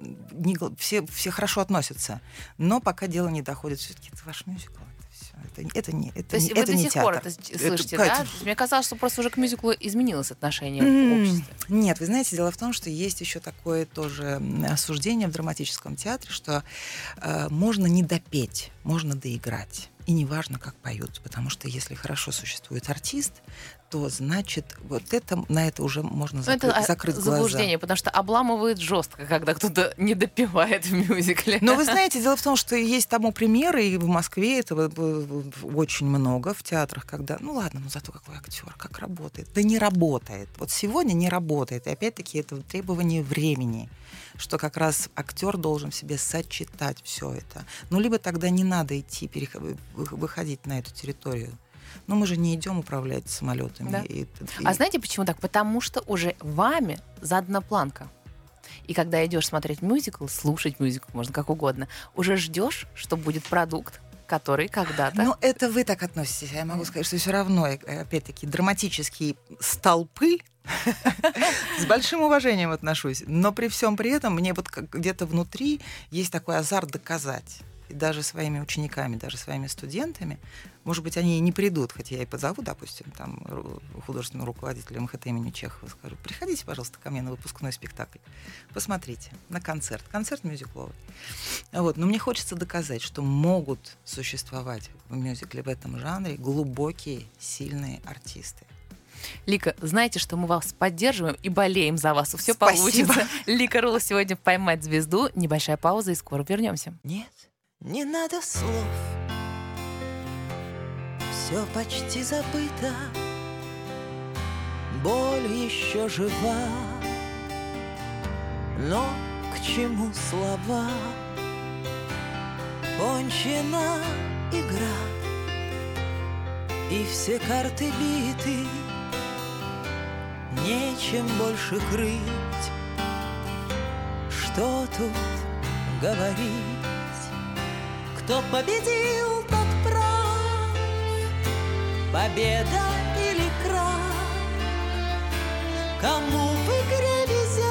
Все хорошо относятся, но пока дело не доходит, все-таки это ваш мюзикл. Это не То есть это вы не до сих пор театр. это слышите, да? Мне казалось, что просто уже к мюзиклу изменилось отношение в обществе. Нет, вы знаете, дело в том, что есть еще такое тоже осуждение в драматическом театре, что можно не допеть, можно доиграть. И неважно, как поют, потому что если хорошо существует артист, то значит вот это, на это уже можно закрыть глаза. Заблуждение, потому что обламывает жестко, когда кто-то не допевает в мюзикле. Но вы знаете, дело в том, что есть тому примеры, и в Москве этого очень много в театрах, когда, ну ладно, но зато какой актер, как работает. Да не работает. Вот сегодня не работает. И опять-таки это требование времени, что как раз актер должен в себе сочетать все это. Ну, либо тогда не надо идти, выходить на эту территорию. Но мы же не идем управлять самолетами. Да. А знаете почему так? Потому что уже вами задана планка. И когда идешь смотреть мюзикл, слушать мюзикл, можно как угодно, уже ждешь, что будет продукт, который когда-то... Ну, это вы так относитесь. Я могу сказать, что все равно, опять-таки, драматические столпы с большим уважением отношусь. Но при всем при этом мне вот где-то внутри есть такой азарт доказать. И даже своими учениками, даже своими студентами, может быть, они и не придут, хотя я и позову, допустим, там, художественного руководителя МХТ имени Чехова, скажу, приходите, пожалуйста, ко мне на выпускной спектакль, посмотрите на концерт мюзикловый. Вот. Но мне хочется доказать, что могут существовать в мюзикле в этом жанре глубокие, сильные артисты. Лика, знаете, что мы вас поддерживаем и болеем за вас. Все Спасибо. получится. Лика Рула сегодня «Поймать звезду». Небольшая пауза и скоро вернемся. Нет, не надо слов, все почти забыто, боль еще жива, но к чему слова? Кончена игра, и все карты биты, нечем больше крыть. Что тут говорить? Кто победил, тот прав. Победа или крах? Кому в игре везет,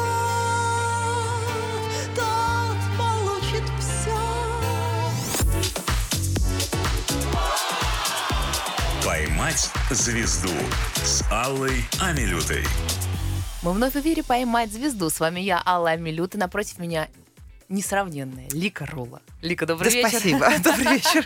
тот получит все. «Поймать звезду» с Аллой Амилютой. Мы вновь в эфире «Поймать звезду». С вами я, Алла Амилюта. Напротив меня несравненная Лика Рула. Лика, добрый вечер. Спасибо, добрый вечер.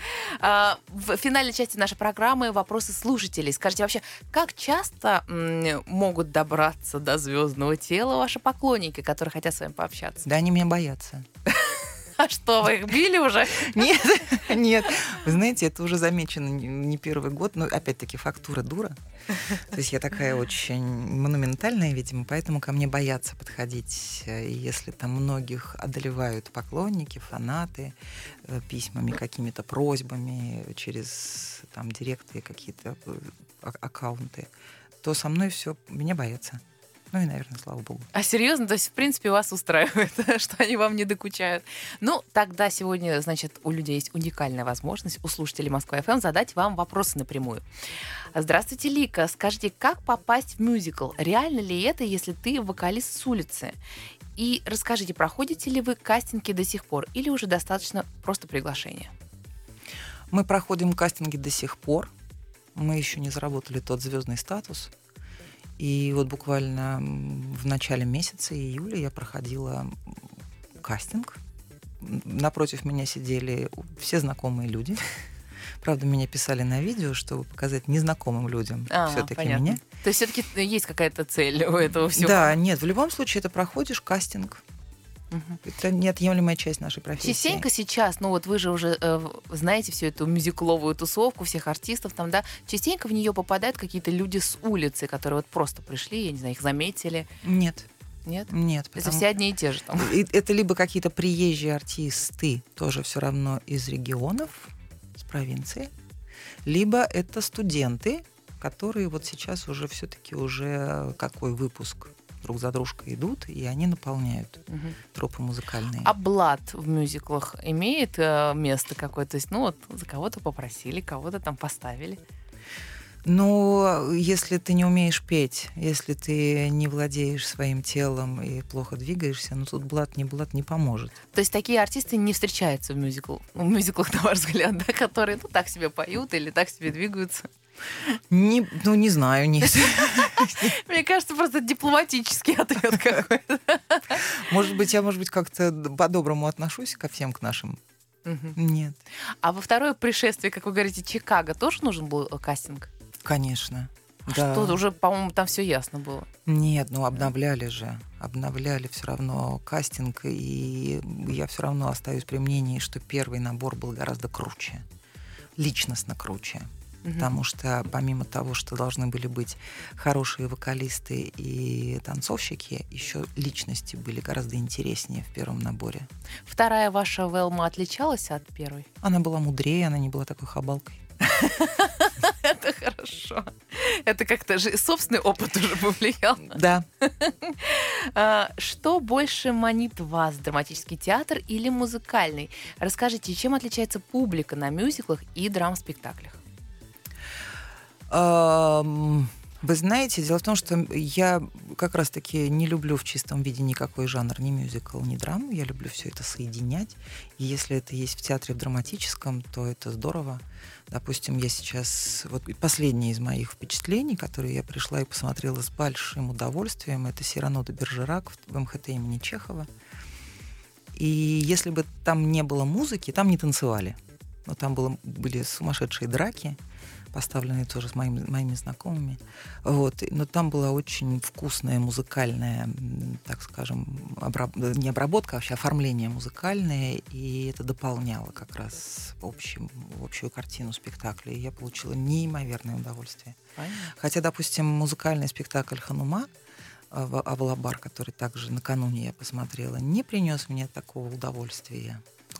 В финальной части нашей программы вопросы слушателей. Скажите, вообще, как часто могут добраться до звездного тела ваши поклонники, которые хотят с вами пообщаться? Да, они меня боятся. А что, вы их били уже? Нет, нет. Вы знаете, это уже замечено не первый год, но опять-таки фактура дура. То есть я такая очень монументальная, видимо, поэтому ко мне боятся подходить. И если там многих одолевают поклонники, фанаты, письмами, какими-то просьбами через там директы, какие-то аккаунты, то со мной все, меня боятся. Ну и, наверное, слава богу. А серьезно? То есть, в принципе, вас устраивает, что они вам не докучают? Ну, тогда сегодня, значит, у людей есть уникальная возможность, у слушателей Москва-ФМ, задать вам вопросы напрямую. Здравствуйте, Лика. Скажите, как попасть в мюзикл? Реально ли это, если ты вокалист с улицы? И расскажите, проходите ли вы кастинги до сих пор или уже достаточно просто приглашения? Мы проходим кастинги до сих пор. Мы еще не заработали тот звездный статус. И вот буквально в начале месяца июля я проходила кастинг. Напротив меня сидели все знакомые люди. Правда, меня писали на видео, чтобы показать незнакомым людям все-таки меня. То есть все-таки есть какая-то цель у этого всего? Да, нет, в любом случае это проходишь кастинг. Это неотъемлемая часть нашей профессии. Частенько сейчас, ну вот вы же уже знаете всю эту мюзикловую тусовку, всех артистов там, да, частенько в нее попадают какие-то люди с улицы, которые вот просто пришли, я не знаю, их заметили. Нет. Нет? Нет. Это все одни и те же там. Это либо какие-то приезжие артисты, тоже все равно из регионов, с провинции, либо это студенты, которые вот сейчас уже все-таки уже какой выпуск друг за дружкой идут, и они наполняют тропы музыкальные. А блат в мюзиклах имеет место какое-то? То есть, ну вот, за кого-то попросили, кого-то там поставили? Ну, если ты не умеешь петь, если ты не владеешь своим телом и плохо двигаешься, ну тут блат не поможет. То есть такие артисты не встречаются в мюзиклах, на ваш взгляд, да, которые ну так себе поют или так себе двигаются? Не знаю, нет. Мне кажется, просто дипломатический ответ какой-то. Может быть, я, как-то по-доброму отношусь ко всем, к нашим. Нет. А во второе пришествие, как вы говорите, Чикаго, тоже нужен был кастинг? Конечно. Да. Что-то уже, по-моему, там все ясно было. Нет, обновляли все равно кастинг, и я все равно остаюсь при мнении, что первый набор был гораздо круче, личностно круче. Потому что помимо того, что должны были быть хорошие вокалисты и танцовщики, еще личности были гораздо интереснее в первом наборе. Вторая ваша Велма отличалась от первой? Она была мудрее, она не была такой хабалкой. Это хорошо. Это как-то же собственный опыт уже повлиял. Да. Что больше манит вас, драматический театр или музыкальный? Расскажите, чем отличается публика на мюзиклах и драм-спектаклях? Вы знаете, дело в том, что я как раз-таки не люблю в чистом виде никакой жанр, ни мюзикл, ни драму. Я люблю все это соединять. И если это есть в театре, в драматическом, то это здорово. Допустим, я сейчас... Вот последнее из моих впечатлений, которые я пришла и посмотрела с большим удовольствием, это «Сирано де Бержерак» в МХТ имени Чехова. И если бы там не было музыки, там не танцевали. Но там были сумасшедшие драки, поставленные тоже с моими знакомыми. Вот. Но там была очень вкусная музыкальная, так скажем, не обработка, а вообще оформление музыкальное, и это дополняло как раз общую картину спектакля. И я получила неимоверное удовольствие. Понятно. Хотя, допустим, музыкальный спектакль «Ханума» Авалабар, который также накануне я посмотрела, не принес мне такого удовольствия.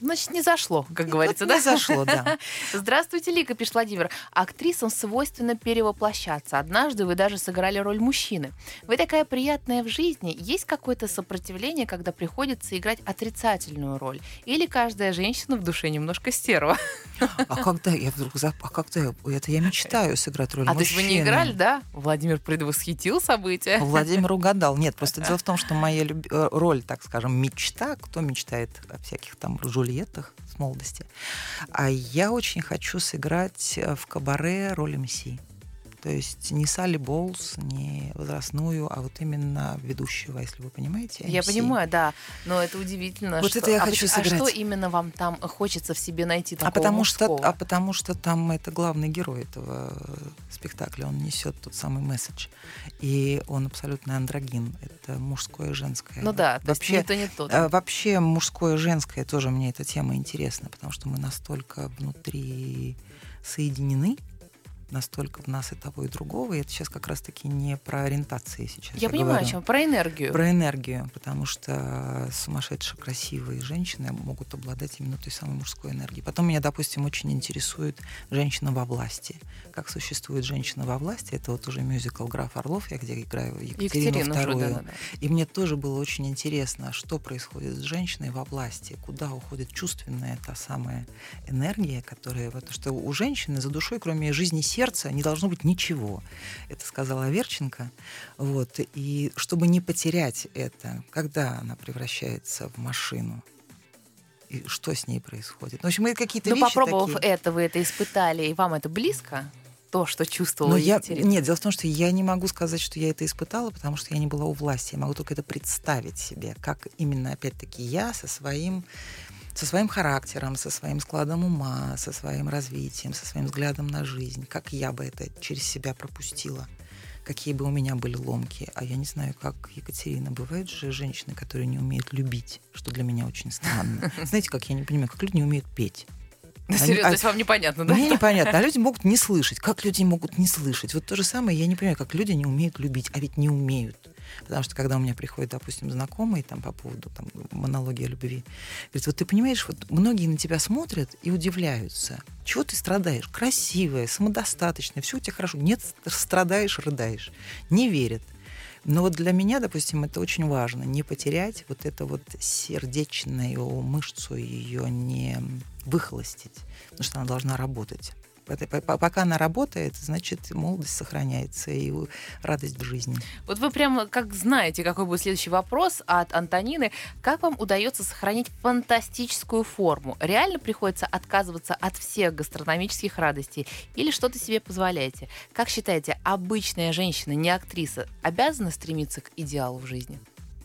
Значит, не зашло, как говорится, да? Не зашло, да. Здравствуйте, Лика, пишет Владимир. Актрисам свойственно перевоплощаться. Однажды вы даже сыграли роль мужчины. Вы такая приятная в жизни. Есть какое-то сопротивление, когда приходится играть отрицательную роль? Или каждая женщина в душе немножко стерва? А когда я вдруг... Это я мечтаю сыграть роль То есть мужчины. вы не играли, да? Владимир предвосхитил события. Владимир угадал. Нет, просто дело в том, что моя роль, так скажем, мечта, кто мечтает о всяких там Джульеттах с молодости, а я очень хочу сыграть в кабаре роль МС. То есть не Салли Боулс, не возрастную, а вот именно ведущего, если вы понимаете. Я MC. понимаю, да, но это удивительно. Вот это я хочу сыграть. А что именно вам там хочется в себе найти такого потому мужского? что там это главный герой этого спектакля, он несет тот самый месседж. И он абсолютно андрогин. Это мужское и женское. Ну да, то есть не то, не то. Да. Вообще мужское и женское тоже мне эта тема интересна, потому что мы настолько внутри соединены, настолько в нас и того, и другого. И это сейчас как раз-таки не про ориентации сейчас. Я понимаю, о чем. Про энергию. Про энергию, потому что сумасшедшие красивые женщины могут обладать именно той самой мужской энергией. Потом меня, допустим, очень интересует женщина во власти. Как существует женщина во власти? Это вот уже мюзикл «Граф Орлов», я где играю Екатерину II. Да. И мне тоже было очень интересно, что происходит с женщиной во власти, куда уходит чувственная та самая энергия, которая... Потому что у женщины за душой, кроме жизни сердца, не должно быть ничего. Это сказала Аверченко. Вот. И чтобы не потерять это, когда она превращается в машину, и что с ней происходит. В общем, это какие-то вещи попробовав такие. это, вы это испытали, и вам это близко? То, что чувствовала Екатерина? Нет, дело в том, что я не могу сказать, что я это испытала, потому что я не была у власти. Я могу только это представить себе, как именно, опять-таки, я со своим характером, со своим складом ума, со своим развитием, со своим взглядом на жизнь, как я бы это через себя пропустила, какие бы у меня были ломки. А я не знаю, как Екатерина. Бывают же женщины, которые не умеют любить, что для меня очень странно. Знаете, как я не понимаю, как люди не умеют петь. Серьезно, то есть вам непонятно, да? Мне непонятно. А люди могут не слышать. Как люди могут не слышать? Вот то же самое, я не понимаю, как люди не умеют любить. А ведь не умеют. Потому что когда у меня приходят, допустим, знакомые там, по поводу там, монологии о любви, говорят, вот ты понимаешь, вот многие на тебя смотрят и удивляются. Чего ты страдаешь? Красивая, самодостаточная, все у тебя хорошо. Нет, страдаешь, рыдаешь. Не верят. Но вот для меня, допустим, это очень важно. Не потерять вот эту вот сердечную мышцу, ее не выхолостить. Потому что она должна работать. Пока она работает, значит, молодость сохраняется и радость в жизни. Вот вы прямо как знаете, какой будет следующий вопрос от Антонины. Как вам удается сохранить фантастическую форму? Реально приходится отказываться от всех гастрономических радостей? Или что-то себе позволяете? Как считаете, обычная женщина, не актриса, обязана стремиться к идеалу в жизни?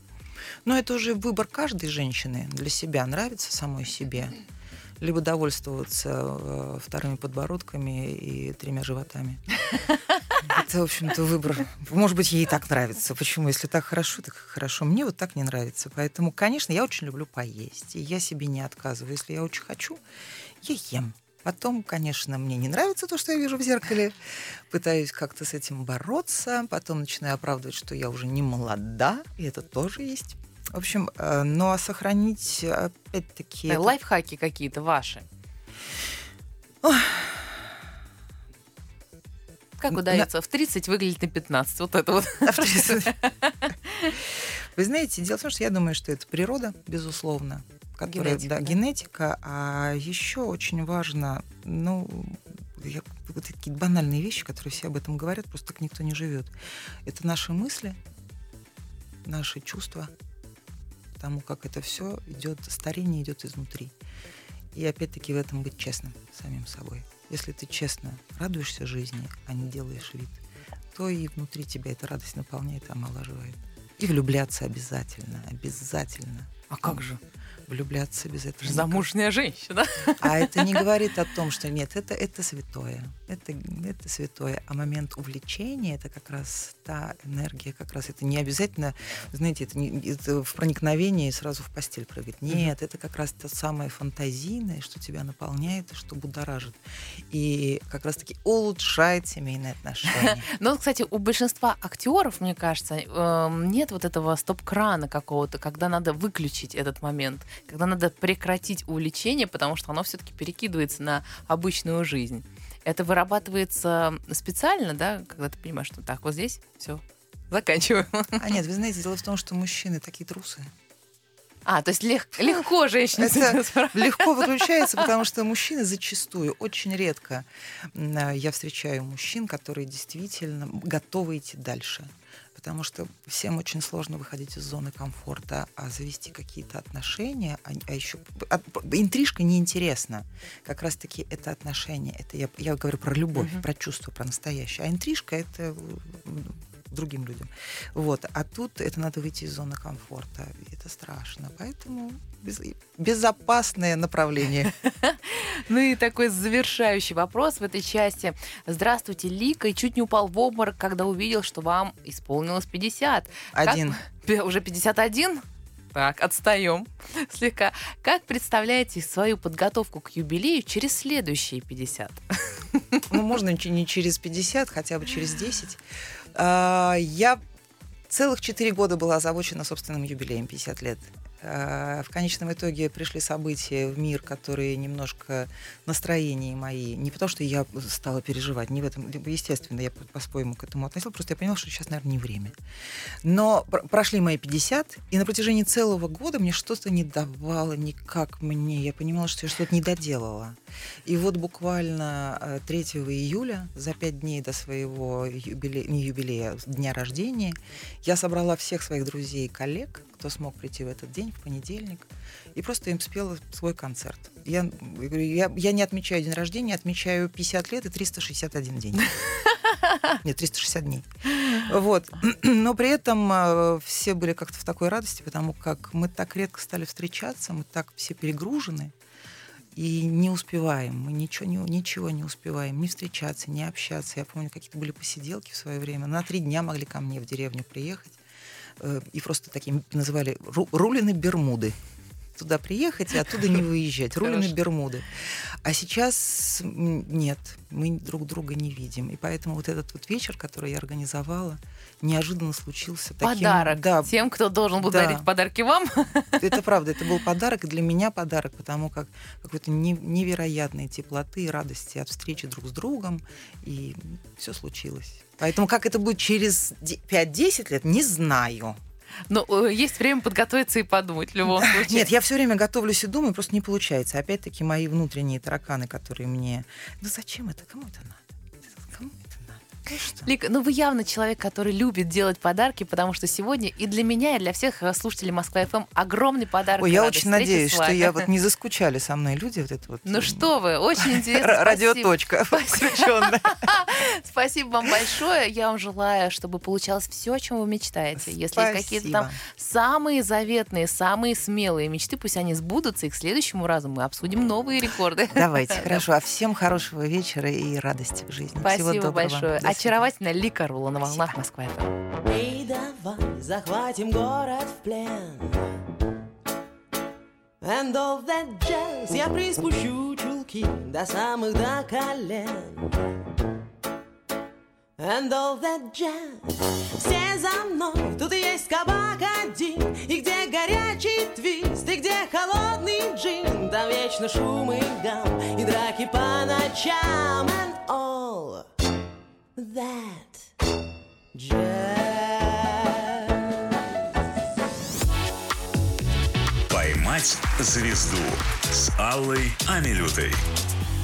Но это уже выбор каждой женщины для себя. Нравится самой себе. Либо довольствоваться вторыми подбородками и 3 животами. Это, в общем-то, выбор. Может быть, ей и так нравится. Почему? Если так хорошо, так хорошо. Мне вот так не нравится. Поэтому, конечно, я очень люблю поесть. И я себе не отказываю. Если я очень хочу, я ем. Потом, конечно, мне не нравится то, что я вижу в зеркале. Пытаюсь как-то с этим бороться. Потом начинаю оправдывать, что я уже не молода. И это тоже есть. В общем, ну а сохранить, опять-таки... Лайфхаки какие-то ваши? Как удается в 30 выглядеть на 15? Вот это вот. Вы знаете, дело в том, что я думаю, что это природа, безусловно. Генетика. А еще очень важно, вот такие банальные вещи, которые все об этом говорят, просто так никто не живет. Это наши мысли, наши чувства, потому как это все идет, старение идет изнутри. И опять-таки в этом быть честным с самим собой. Если ты честно радуешься жизни, а не делаешь вид, то и внутри тебя эта радость наполняет и омолаживает. И влюбляться обязательно, обязательно. А как же? Влюбляться без этого. Замужняя женщина. А это не говорит о том, что нет, это святое. это святое. А момент увлечения — это как раз та энергия, как раз это не обязательно, знаете, это в проникновении сразу в постель прыгать. Нет, это как раз то самое фантазийное, что тебя наполняет и что будоражит. И как раз-таки улучшает семейные отношения. Ну, кстати, у большинства актеров, мне кажется, нет вот этого стоп-крана какого-то, когда надо выключить этот момент, когда надо прекратить увлечение, потому что оно все-таки перекидывается на обычную жизнь. Это вырабатывается специально, да, когда ты понимаешь, что так, вот здесь все, заканчиваю. А нет, вы знаете, дело в том, что мужчины такие трусы. То есть легко женщине это легко выключается, потому что мужчины зачастую, очень редко я встречаю мужчин, которые действительно готовы идти дальше. Потому что всем очень сложно выходить из зоны комфорта, а завести какие-то отношения, а еще интрижка неинтересна. Как раз-таки это отношения. Это я говорю про любовь, про чувство, про настоящее. А интрижка — это другим людям. Вот. А тут это надо выйти из зоны комфорта. И это страшно. Поэтому безопасное направление. Ну и такой завершающий вопрос в этой части. Здравствуйте, Лика. И чуть не упал в обморок, когда увидел, что вам исполнилось 50. Уже 51? Так, отстаем слегка. Как представляете свою подготовку к юбилею через следующие 50? Ну, можно не через 50, хотя бы через 10. Я целых 4 года была озабочена собственным юбилеем, 50 лет. В конечном итоге пришли события в мир, которые немножко настроения мои, не потому что я стала переживать, не в этом, естественно, я по-своему к этому относилась, просто я поняла, что сейчас, наверное, не время. Но прошли мои 50, и на протяжении целого года мне что-то не давало никак мне, я понимала, что я что-то не доделала. И вот буквально 3 июля, за 5 дней до своего дня рождения, я собрала всех своих друзей и коллег, кто смог прийти в этот день, в понедельник, и просто им спела свой концерт. Я не отмечаю день рождения, отмечаю 50 лет и 361 день. Нет, 360 дней. Вот. Но при этом все были как-то в такой радости, потому как мы так редко стали встречаться, мы так все перегружены, и не успеваем, мы ничего не успеваем, ни встречаться, ни общаться. Я помню, какие-то были посиделки в свое время. На 3 дня могли ко мне в деревню приехать. И просто такие называли рулины Бермуды. Туда приехать и оттуда не выезжать. Рулины Бермуды. А сейчас нет, мы друг друга не видим. И поэтому вот этот вот вечер, который я организовала, неожиданно случился таким... Подарок тем, кто должен был дарить подарки вам. Это правда, это был подарок, и для меня подарок, потому как какой-то невероятной теплоты и радости от встречи друг с другом, и все случилось. Поэтому как это будет через 5-10 лет, не знаю. Но есть время подготовиться и подумать в любом случае. Нет, я все время готовлюсь и думаю, просто не получается. Опять-таки мои внутренние тараканы, которые мне... Ну зачем это? Кому это надо? Кому это надо? Лика, вы явно человек, который любит делать подарки, потому что сегодня и для меня, и для всех слушателей Москва-ФМ огромный подарок. Ой, я очень надеюсь, что не заскучали со мной люди. Вот это вот. Ну что вы, очень интересно. Радиоточка включенная. Спасибо вам большое. Я вам желаю, чтобы получалось все, о чем вы мечтаете. Если какие-то там самые заветные, самые смелые мечты, пусть они сбудутся, и к следующему разу мы обсудим новые рекорды. Давайте, хорошо. А всем хорошего вечера и радости в жизни. Спасибо большое. Очаровательная Лика Рула на волнах Москва-ФМ. И давай захватим город в плен. And all that jazz. Я приспущу чулки до самых до колен. And all that jazz. Все за мной. Тут есть кабак один. И где горячий твист, и где холодный джин. Там вечно шум и гам, и драки по ночам. And all that jazz. «Поймать звезду» с Аллой Амилютой.